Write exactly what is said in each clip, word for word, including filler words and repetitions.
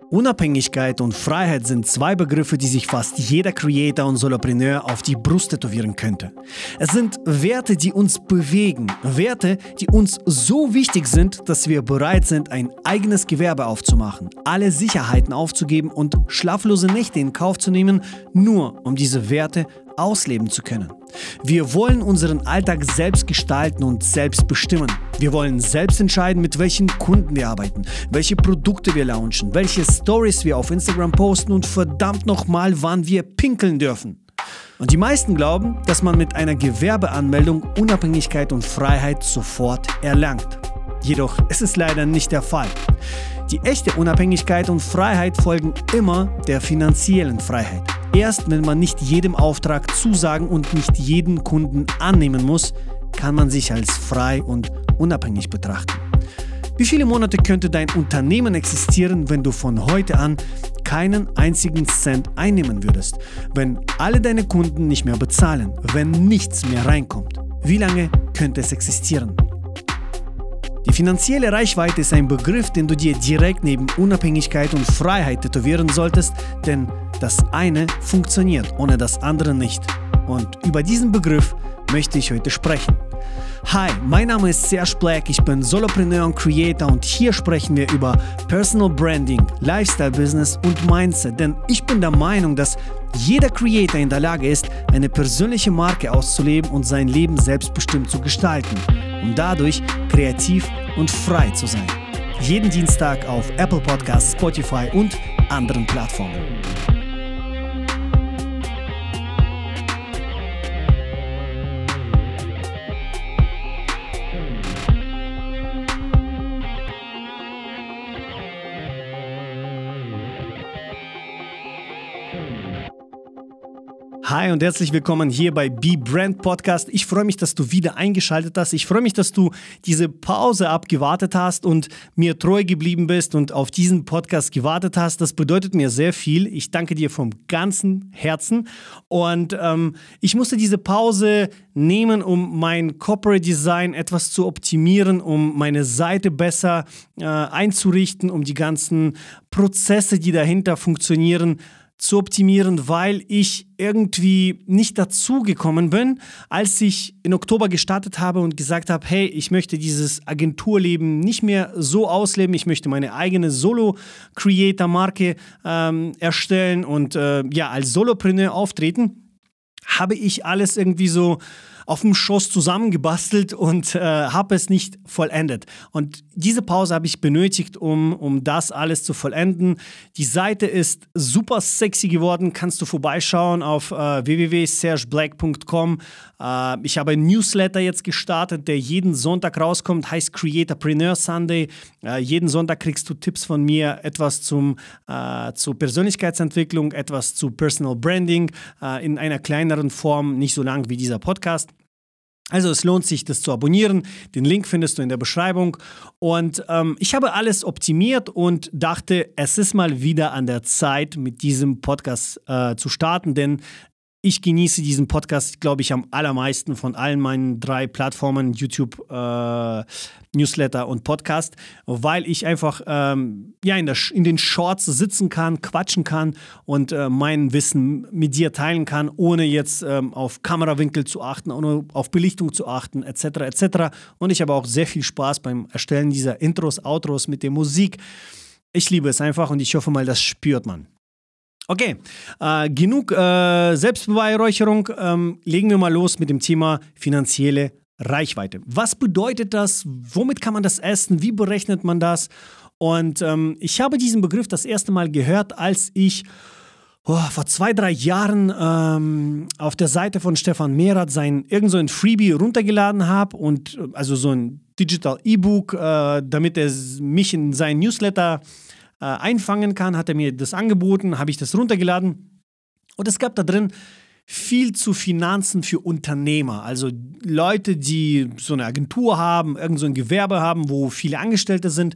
Unabhängigkeit und Freiheit sind zwei Begriffe, die sich fast jeder Creator und Solopreneur auf die Brust tätowieren könnte. Es sind Werte, die uns bewegen, Werte, die uns so wichtig sind, dass wir bereit sind, ein eigenes Gewerbe aufzumachen, alle Sicherheiten aufzugeben und schlaflose Nächte in Kauf zu nehmen, nur um diese Werte ausleben zu können. Wir wollen unseren Alltag selbst gestalten und selbst bestimmen. Wir wollen selbst entscheiden, mit welchen Kunden wir arbeiten, welche Produkte wir launchen, welche Stories wir auf Instagram posten und verdammt nochmal, wann wir pinkeln dürfen. Und die meisten glauben, dass man mit einer Gewerbeanmeldung Unabhängigkeit und Freiheit sofort erlangt. Jedoch ist es leider nicht der Fall. Die echte Unabhängigkeit und Freiheit folgen immer der finanziellen Freiheit. Erst wenn man nicht jedem Auftrag zusagen und nicht jeden Kunden annehmen muss, kann man sich als frei und unabhängig betrachten. Wie viele Monate könnte dein Unternehmen existieren, wenn du von heute an keinen einzigen Cent einnehmen würdest, wenn alle deine Kunden nicht mehr bezahlen, wenn nichts mehr reinkommt? Wie lange könnte es existieren? Die finanzielle Reichweite ist ein Begriff, den du dir direkt neben Unabhängigkeit und Freiheit tätowieren solltest, denn das eine funktioniert ohne das andere nicht. Und über diesen Begriff möchte ich heute sprechen. Hi, mein Name ist Serge Black, ich bin Solopreneur und Creator und hier sprechen wir über Personal Branding, Lifestyle Business und Mindset, denn ich bin der Meinung, dass jeder Creator in der Lage ist, eine persönliche Marke auszuleben und sein Leben selbstbestimmt zu gestalten, um dadurch kreativ und frei zu sein. Jeden Dienstag auf Apple Podcasts, Spotify und anderen Plattformen. Hi und herzlich willkommen hier bei Be Brand Podcast. Ich freue mich, dass du wieder eingeschaltet hast. Ich freue mich, dass du diese Pause abgewartet hast und mir treu geblieben bist und auf diesen Podcast gewartet hast. Das bedeutet mir sehr viel. Ich danke dir vom ganzen Herzen. Und ähm, ich musste diese Pause nehmen, um mein Corporate Design etwas zu optimieren, um meine Seite besser äh, einzurichten, um die ganzen Prozesse, die dahinter funktionieren, zu optimieren, weil ich irgendwie nicht dazu gekommen bin, als ich in Oktober gestartet habe und gesagt habe, hey, ich möchte dieses Agenturleben nicht mehr so ausleben, ich möchte meine eigene Solo-Creator-Marke ähm, erstellen und äh, ja, als Solopreneur auftreten, habe ich alles irgendwie so auf dem Schoß zusammengebastelt und äh, habe es nicht vollendet. Und diese Pause habe ich benötigt, um, um das alles zu vollenden. Die Seite ist super sexy geworden, kannst du vorbeischauen auf äh, w w w punkt serge black punkt com. Äh, ich habe einen Newsletter jetzt gestartet, der jeden Sonntag rauskommt, heißt Creatorpreneur Sunday. Äh, jeden Sonntag kriegst du Tipps von mir, etwas zum, äh, zur Persönlichkeitsentwicklung, etwas zu Personal Branding, äh, in einer kleineren Form, nicht so lang wie dieser Podcast. Also es lohnt sich, das zu abonnieren. Den Link findest du in der Beschreibung. Und ähm, ich habe alles optimiert und dachte, es ist mal wieder an der Zeit, mit diesem Podcast äh, zu starten, denn ich genieße diesen Podcast, glaube ich, am allermeisten von allen meinen drei Plattformen, YouTube, äh, Newsletter und Podcast, weil ich einfach ähm, ja, in, der, in den Shorts sitzen kann, quatschen kann und äh, mein Wissen mit dir teilen kann, ohne jetzt ähm, auf Kamerawinkel zu achten, ohne auf Belichtung zu achten, et cetera et cetera. Und ich habe auch sehr viel Spaß beim Erstellen dieser Intros, Outros mit der Musik. Ich liebe es einfach und ich hoffe mal, das spürt man. Okay, äh, genug äh, Selbstbeweihräucherung. Ähm, legen wir mal los mit dem Thema finanzielle Reichweite. Was bedeutet das? Womit kann man das essen? Wie berechnet man das? Und ähm, ich habe diesen Begriff das erste Mal gehört, als ich oh, vor zwei, drei Jahren ähm, auf der Seite von Stefan Mehrath sein irgend so ein Freebie runtergeladen habe und also so ein Digital E-Book, äh, damit er mich in seinen Newsletter äh, einfangen kann, hat er mir das angeboten, habe ich das runtergeladen und es gab da drin viel zu Finanzen für Unternehmer, also Leute, die so eine Agentur haben, irgend so ein Gewerbe haben, wo viele Angestellte sind.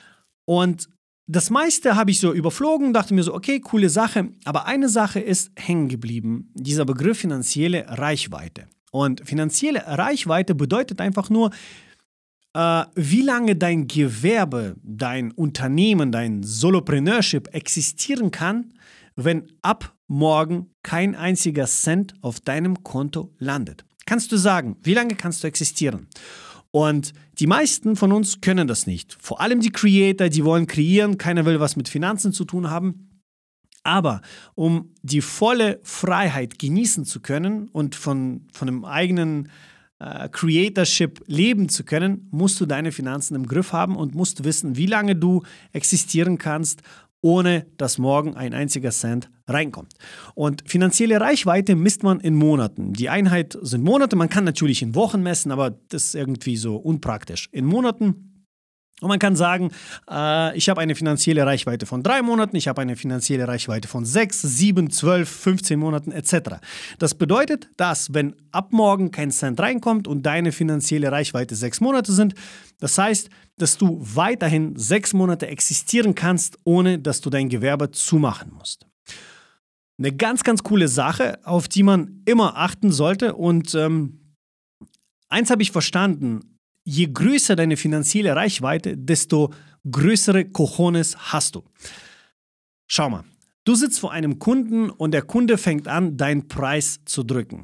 Und das meiste habe ich so überflogen, dachte mir so, okay, coole Sache. Aber eine Sache ist hängen geblieben, dieser Begriff finanzielle Reichweite. Und finanzielle Reichweite bedeutet einfach nur, äh, wie lange dein Gewerbe, dein Unternehmen, dein Solopreneurship existieren kann, wenn ab morgen kein einziger Cent auf deinem Konto landet. Kannst du sagen, wie lange kannst du existieren? Und die meisten von uns können das nicht. Vor allem die Creator, die wollen kreieren, keiner will was mit Finanzen zu tun haben. Aber um die volle Freiheit genießen zu können und von, von einem eigenen äh, Creatorship leben zu können, musst du deine Finanzen im Griff haben und musst wissen, wie lange du existieren kannst, ohne dass morgen ein einziger Cent reinkommt. Und finanzielle Reichweite misst man in Monaten. Die Einheit sind Monate, man kann natürlich in Wochen messen, aber das ist irgendwie so unpraktisch. In Monaten. Und man kann sagen, äh, ich habe eine finanzielle Reichweite von drei Monaten, ich habe eine finanzielle Reichweite von sechs, sieben, zwölf, fünfzehn Monaten et cetera. Das bedeutet, dass wenn ab morgen kein Cent reinkommt und deine finanzielle Reichweite sechs Monate sind, das heißt, dass du weiterhin sechs Monate existieren kannst, ohne dass du dein Gewerbe zumachen musst. Eine ganz, ganz coole Sache, auf die man immer achten sollte. Und ähm, eins habe ich verstanden: Je größer deine finanzielle Reichweite, desto größere Cojones hast du. Schau mal, du sitzt vor einem Kunden und der Kunde fängt an, deinen Preis zu drücken.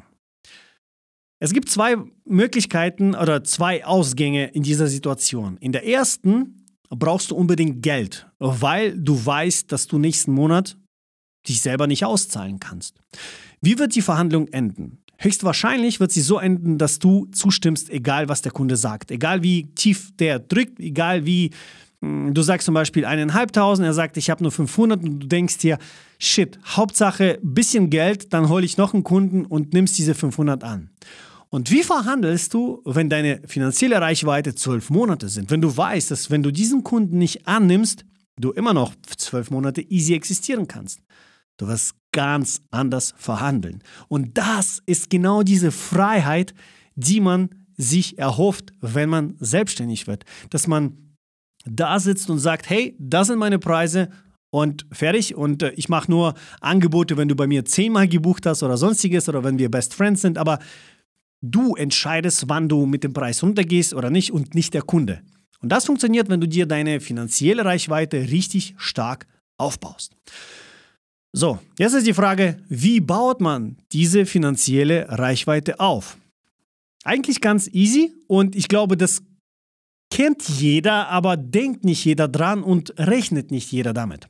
Es gibt zwei Möglichkeiten oder zwei Ausgänge in dieser Situation. In der ersten brauchst du unbedingt Geld, weil du weißt, dass du nächsten Monat dich selber nicht auszahlen kannst. Wie wird die Verhandlung enden? Höchstwahrscheinlich wird sie so enden, dass du zustimmst, egal was der Kunde sagt. Egal wie tief der drückt, egal wie, du sagst zum Beispiel eineinhalbtausend, er sagt, ich habe nur fünfhundert und du denkst dir, shit, Hauptsache bisschen Geld, dann hole ich noch einen Kunden und nimmst diese fünfhundert an. Und wie verhandelst du, wenn deine finanzielle Reichweite zwölf Monate sind? Wenn du weißt, dass wenn du diesen Kunden nicht annimmst, du immer noch zwölf Monate easy existieren kannst. Du wirst ganz anders verhandeln. Und das ist genau diese Freiheit, die man sich erhofft, wenn man selbstständig wird. Dass man da sitzt und sagt, hey, das sind meine Preise und fertig. Und äh, ich mache nur Angebote, wenn du bei mir zehnmal gebucht hast oder sonstiges oder wenn wir Best Friends sind. Aber du entscheidest, wann du mit dem Preis runtergehst oder nicht und nicht der Kunde. Und das funktioniert, wenn du dir deine finanzielle Reichweite richtig stark aufbaust. So, jetzt ist die Frage, wie baut man diese finanzielle Reichweite auf? Eigentlich ganz easy und ich glaube, das kennt jeder, aber denkt nicht jeder dran und rechnet nicht jeder damit.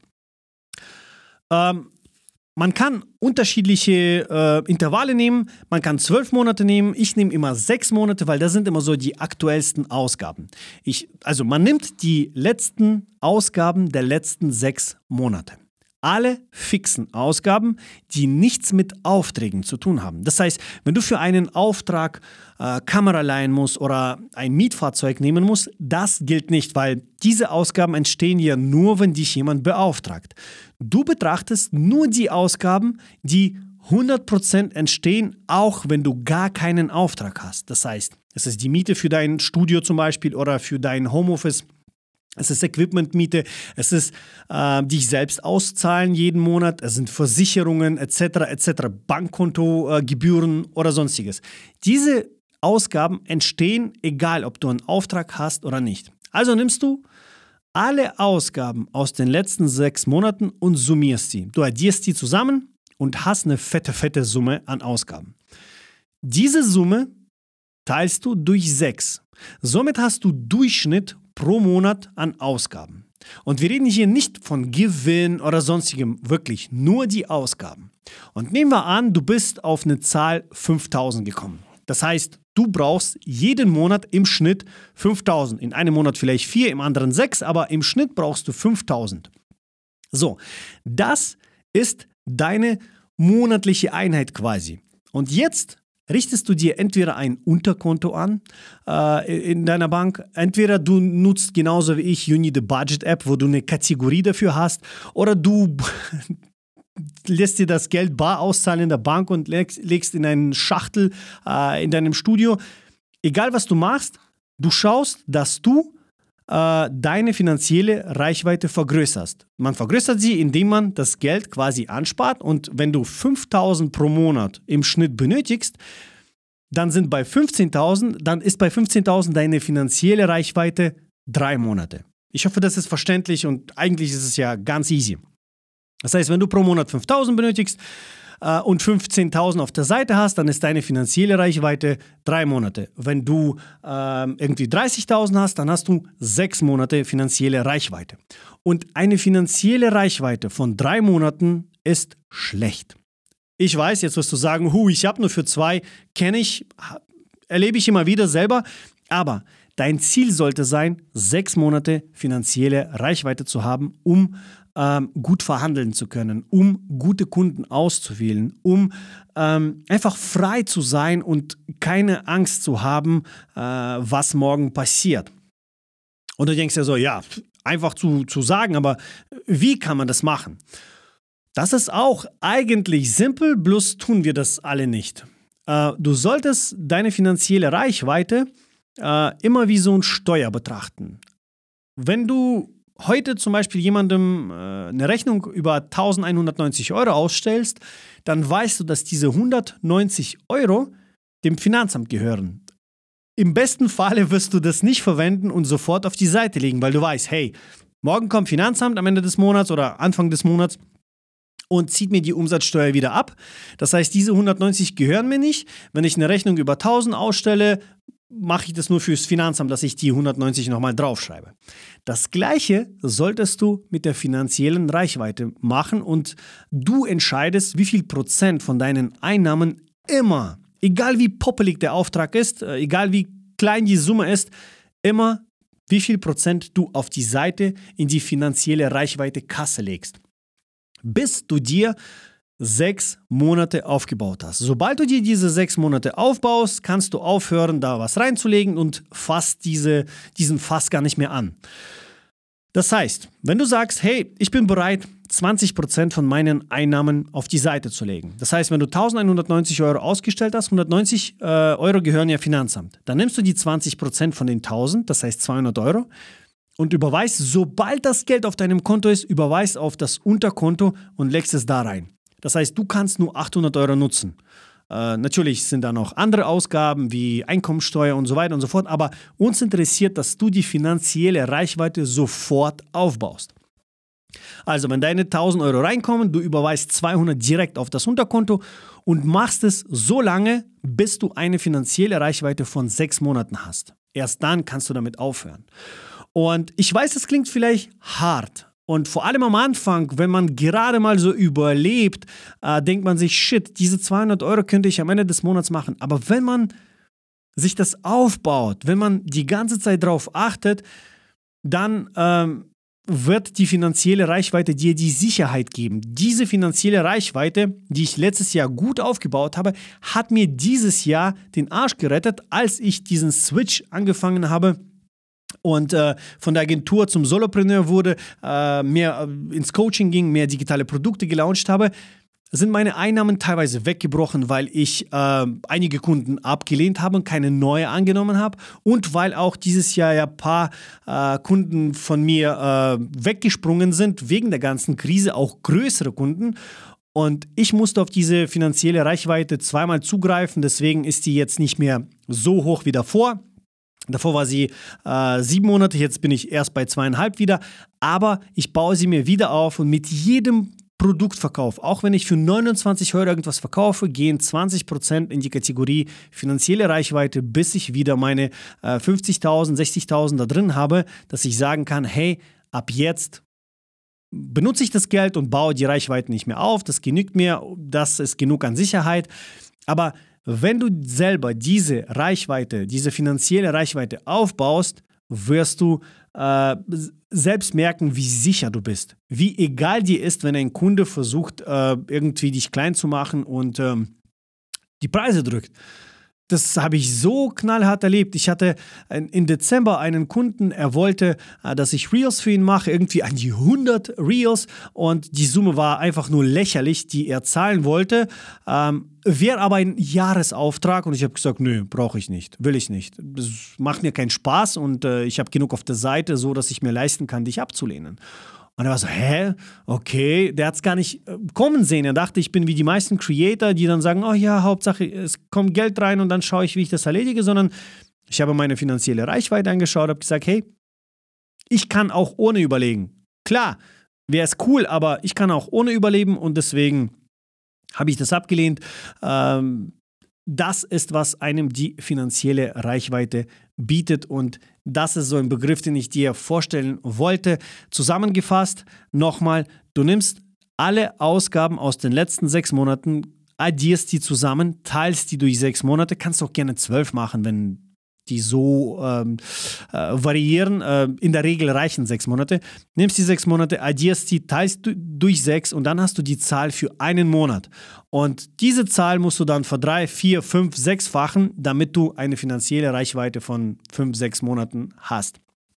Ähm, man kann unterschiedliche äh, Intervalle nehmen, man kann zwölf Monate nehmen, ich nehme immer sechs Monate, weil das sind immer so die aktuellsten Ausgaben. Ich, also man nimmt die letzten Ausgaben der letzten sechs Monate. Alle fixen Ausgaben, die nichts mit Aufträgen zu tun haben. Das heißt, wenn du für einen Auftrag äh, Kamera leihen musst oder ein Mietfahrzeug nehmen musst, das gilt nicht, weil diese Ausgaben entstehen ja nur, wenn dich jemand beauftragt. Du betrachtest nur die Ausgaben, die hundert Prozent entstehen, auch wenn du gar keinen Auftrag hast. Das heißt, es ist die Miete für dein Studio zum Beispiel oder für dein Homeoffice. Es ist Equipmentmiete, es ist äh, dich selbst auszahlen jeden Monat, es sind Versicherungen et cetera et cetera, Bankkontogebühren äh, oder sonstiges. Diese Ausgaben entstehen, egal ob du einen Auftrag hast oder nicht. Also nimmst du alle Ausgaben aus den letzten sechs Monaten und summierst sie. Du addierst die zusammen und hast eine fette, fette Summe an Ausgaben. Diese Summe teilst du durch sechs. Somit hast du Durchschnitt pro Monat an Ausgaben. Und wir reden hier nicht von Gewinn oder sonstigem, wirklich nur die Ausgaben. Und nehmen wir an, du bist auf eine Zahl fünftausend gekommen. Das heißt, du brauchst jeden Monat im Schnitt fünftausend. In einem Monat vielleicht vier, im anderen sechs, aber im Schnitt brauchst du fünftausend. So, das ist deine monatliche Einheit quasi. Und jetzt richtest du dir entweder ein Unterkonto an äh, in deiner Bank, entweder du nutzt genauso wie ich You Need a Budget App, wo du eine Kategorie dafür hast, oder du lässt dir das Geld bar auszahlen in der Bank und legst, legst in einen Schachtel äh, in deinem Studio. Egal was du machst, du schaust, dass du äh, deine finanzielle Reichweite vergrößerst. Man vergrößert sie, indem man das Geld quasi anspart und wenn du fünftausend pro Monat im Schnitt benötigst, dann sind bei fünfzehntausend, dann ist bei fünfzehntausend deine finanzielle Reichweite drei Monate. Ich hoffe, das ist verständlich und eigentlich ist es ja ganz easy. Das heißt, wenn du pro Monat fünftausend benötigst äh, und fünfzehntausend auf der Seite hast, dann ist deine finanzielle Reichweite drei Monate. Wenn du äh, irgendwie dreißigtausend hast, dann hast du sechs Monate finanzielle Reichweite. Und eine finanzielle Reichweite von drei Monaten ist schlecht. Ich weiß, jetzt wirst du sagen, hu, ich habe nur für zwei, kenne ich, erlebe ich immer wieder selber, aber dein Ziel sollte sein, sechs Monate finanzielle Reichweite zu haben, um ähm, gut verhandeln zu können, um gute Kunden auszuwählen, um ähm, einfach frei zu sein und keine Angst zu haben, äh, was morgen passiert. Und du denkst ja so, ja, einfach zu, zu sagen, aber wie kann man das machen? Das ist auch eigentlich simpel, bloß tun wir das alle nicht. Äh, du solltest deine finanzielle Reichweite äh, immer wie so ein Steuer betrachten. Wenn du heute zum Beispiel jemandem äh, eine Rechnung über eintausendeinhundertneunzig Euro ausstellst, dann weißt du, dass diese hundertneunzig Euro dem Finanzamt gehören. Im besten Falle wirst du das nicht verwenden und sofort auf die Seite legen, weil du weißt, hey, morgen kommt Finanzamt am Ende des Monats oder Anfang des Monats und zieht mir die Umsatzsteuer wieder ab. Das heißt, diese hundertneunzig gehören mir nicht. Wenn ich eine Rechnung über tausend ausstelle, mache ich das nur fürs Finanzamt, dass ich die hundertneunzig nochmal draufschreibe. Das Gleiche solltest du mit der finanziellen Reichweite machen und du entscheidest, wie viel Prozent von deinen Einnahmen immer, egal wie poppelig der Auftrag ist, egal wie klein die Summe ist, immer wie viel Prozent du auf die Seite in die finanzielle Reichweite Kasse legst, bis du dir sechs Monate aufgebaut hast. Sobald du dir diese sechs Monate aufbaust, kannst du aufhören, da was reinzulegen und fasst diese, diesen Fass gar nicht mehr an. Das heißt, wenn du sagst, hey, ich bin bereit, zwanzig Prozent von meinen Einnahmen auf die Seite zu legen. Das heißt, wenn du eintausendeinhundertneunzig Euro ausgestellt hast, hundertneunzig äh, Euro gehören ja Finanzamt. Dann nimmst du die zwanzig Prozent von den tausend, das heißt zweihundert Euro, und überweist, sobald das Geld auf deinem Konto ist, überweist auf das Unterkonto und legst es da rein. Das heißt, du kannst nur achthundert Euro nutzen. Äh, natürlich sind da noch andere Ausgaben wie Einkommensteuer und so weiter und so fort, aber uns interessiert, dass du die finanzielle Reichweite sofort aufbaust. Also, wenn deine tausend Euro reinkommen, du überweist zweihundert direkt auf das Unterkonto und machst es so lange, bis du eine finanzielle Reichweite von sechs Monaten hast. Erst dann kannst du damit aufhören. Und ich weiß, das klingt vielleicht hart. Und vor allem am Anfang, wenn man gerade mal so überlebt, äh, denkt man sich, shit, diese zweihundert Euro könnte ich am Ende des Monats machen. Aber wenn man sich das aufbaut, wenn man die ganze Zeit darauf achtet, dann ähm, wird die finanzielle Reichweite dir die Sicherheit geben. Diese finanzielle Reichweite, die ich letztes Jahr gut aufgebaut habe, hat mir dieses Jahr den Arsch gerettet, als ich diesen Switch angefangen habe und äh, von der Agentur zum Solopreneur wurde, äh, mehr äh, ins Coaching ging, mehr digitale Produkte gelauncht habe, sind meine Einnahmen teilweise weggebrochen, weil ich äh, einige Kunden abgelehnt habe und keine neue angenommen habe und weil auch dieses Jahr ja ein paar äh, Kunden von mir äh, weggesprungen sind wegen der ganzen Krise, auch größere Kunden. Und ich musste auf diese finanzielle Reichweite zweimal zugreifen, deswegen ist die jetzt nicht mehr so hoch wie davor. Davor war sie äh, sieben Monate, jetzt bin ich erst bei zweieinhalb wieder, aber ich baue sie mir wieder auf und mit jedem Produktverkauf, auch wenn ich für neunundzwanzig Euro irgendwas verkaufe, gehen zwanzig Prozent in die Kategorie finanzielle Reichweite, bis ich wieder meine äh, fünfzigtausend, sechzigtausend da drin habe, dass ich sagen kann, hey, ab jetzt benutze ich das Geld und baue die Reichweite nicht mehr auf, das genügt mir, das ist genug an Sicherheit, aber wenn du selber diese Reichweite, diese finanzielle Reichweite aufbaust, wirst du äh, selbst merken, wie sicher du bist. Wie egal dir ist, wenn ein Kunde versucht, äh, irgendwie dich klein zu machen und ähm, die Preise drückt. Das habe ich so knallhart erlebt. Ich hatte im Dezember einen Kunden, er wollte, dass ich Reels für ihn mache, irgendwie an die hundert Reels und die Summe war einfach nur lächerlich, die er zahlen wollte. Ähm, wäre aber ein Jahresauftrag und ich habe gesagt, nö, brauche ich nicht, will ich nicht. Das macht mir keinen Spaß und äh, ich habe genug auf der Seite, so dass ich mir leisten kann, dich abzulehnen. Und er war so, hä? Okay, der hat es gar nicht äh, kommen sehen. Er dachte, ich bin wie die meisten Creator, die dann sagen, oh ja, Hauptsache, es kommt Geld rein und dann schaue ich, wie ich das erledige, sondern ich habe meine finanzielle Reichweite angeschaut, habe gesagt, hey, ich kann auch ohne überlegen. Klar, wäre es cool, aber ich kann auch ohne überleben und deswegen habe ich das abgelehnt. Ähm, das ist, was einem die finanzielle Reichweite bietet und das ist so ein Begriff, den ich dir vorstellen wollte. Zusammengefasst, nochmal, du nimmst alle Ausgaben aus den letzten sechs Monaten, addierst die zusammen, teilst die durch sechs Monate, kannst auch gerne zwölf machen, wenn die so ähm, äh, variieren. Äh, in der Regel reichen sechs Monate. Nimmst die sechs Monate, addierst die, teilst du durch sechs und dann hast du die Zahl für einen Monat. Und diese Zahl musst du dann verdrei, vier, fünf, sechsfachen, damit du eine finanzielle Reichweite von fünf, sechs Monaten hast.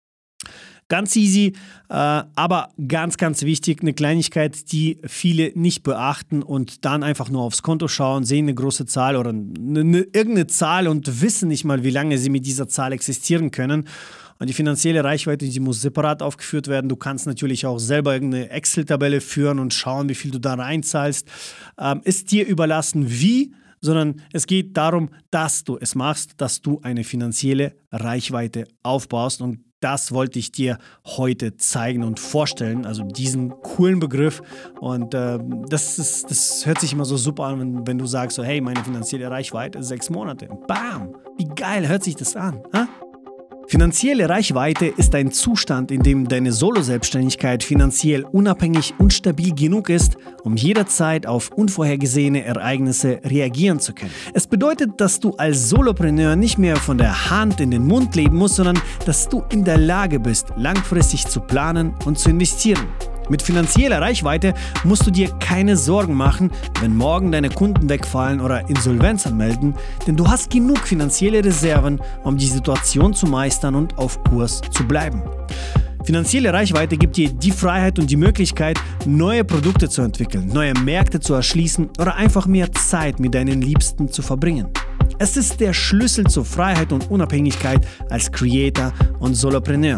Ganz easy, äh, aber ganz, ganz wichtig, eine Kleinigkeit, die viele nicht beachten und dann einfach nur aufs Konto schauen, sehen eine große Zahl oder eine, eine, irgendeine Zahl und wissen nicht mal, wie lange sie mit dieser Zahl existieren können. Und die finanzielle Reichweite, die muss separat aufgeführt werden. Du kannst natürlich auch selber irgendeine Excel-Tabelle führen und schauen, wie viel du da reinzahlst. Ähm, ist dir überlassen, wie, sondern es geht darum, dass du es machst, dass du eine finanzielle Reichweite aufbaust und das wollte ich dir heute zeigen und vorstellen, also diesen coolen Begriff. Und äh, das, ist, das hört sich immer so super an, wenn, wenn du sagst, so, hey, meine finanzielle Reichweite ist sechs Monate. Bam! Wie geil hört sich das an? Ha? Finanzielle Reichweite ist ein Zustand, in dem deine Solo-Selbstständigkeit finanziell unabhängig und stabil genug ist, um jederzeit auf unvorhergesehene Ereignisse reagieren zu können. Es bedeutet, dass du als Solopreneur nicht mehr von der Hand in den Mund leben musst, sondern dass du in der Lage bist, langfristig zu planen und zu investieren. Mit finanzieller Reichweite musst du dir keine Sorgen machen, wenn morgen deine Kunden wegfallen oder Insolvenz anmelden, denn du hast genug finanzielle Reserven, um die Situation zu meistern und auf Kurs zu bleiben. Finanzielle Reichweite gibt dir die Freiheit und die Möglichkeit, neue Produkte zu entwickeln, neue Märkte zu erschließen oder einfach mehr Zeit mit deinen Liebsten zu verbringen. Es ist der Schlüssel zur Freiheit und Unabhängigkeit als Creator und Solopreneur.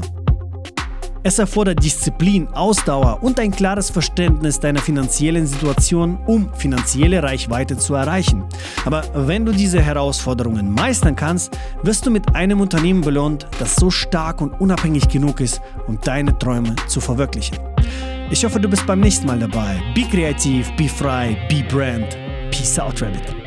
Es erfordert Disziplin, Ausdauer und ein klares Verständnis deiner finanziellen Situation, um finanzielle Reichweite zu erreichen. Aber wenn du diese Herausforderungen meistern kannst, wirst du mit einem Unternehmen belohnt, das so stark und unabhängig genug ist, um deine Träume zu verwirklichen. Ich hoffe, du bist beim nächsten Mal dabei. Be kreativ, be frei, be brand. Peace out, Rabbit.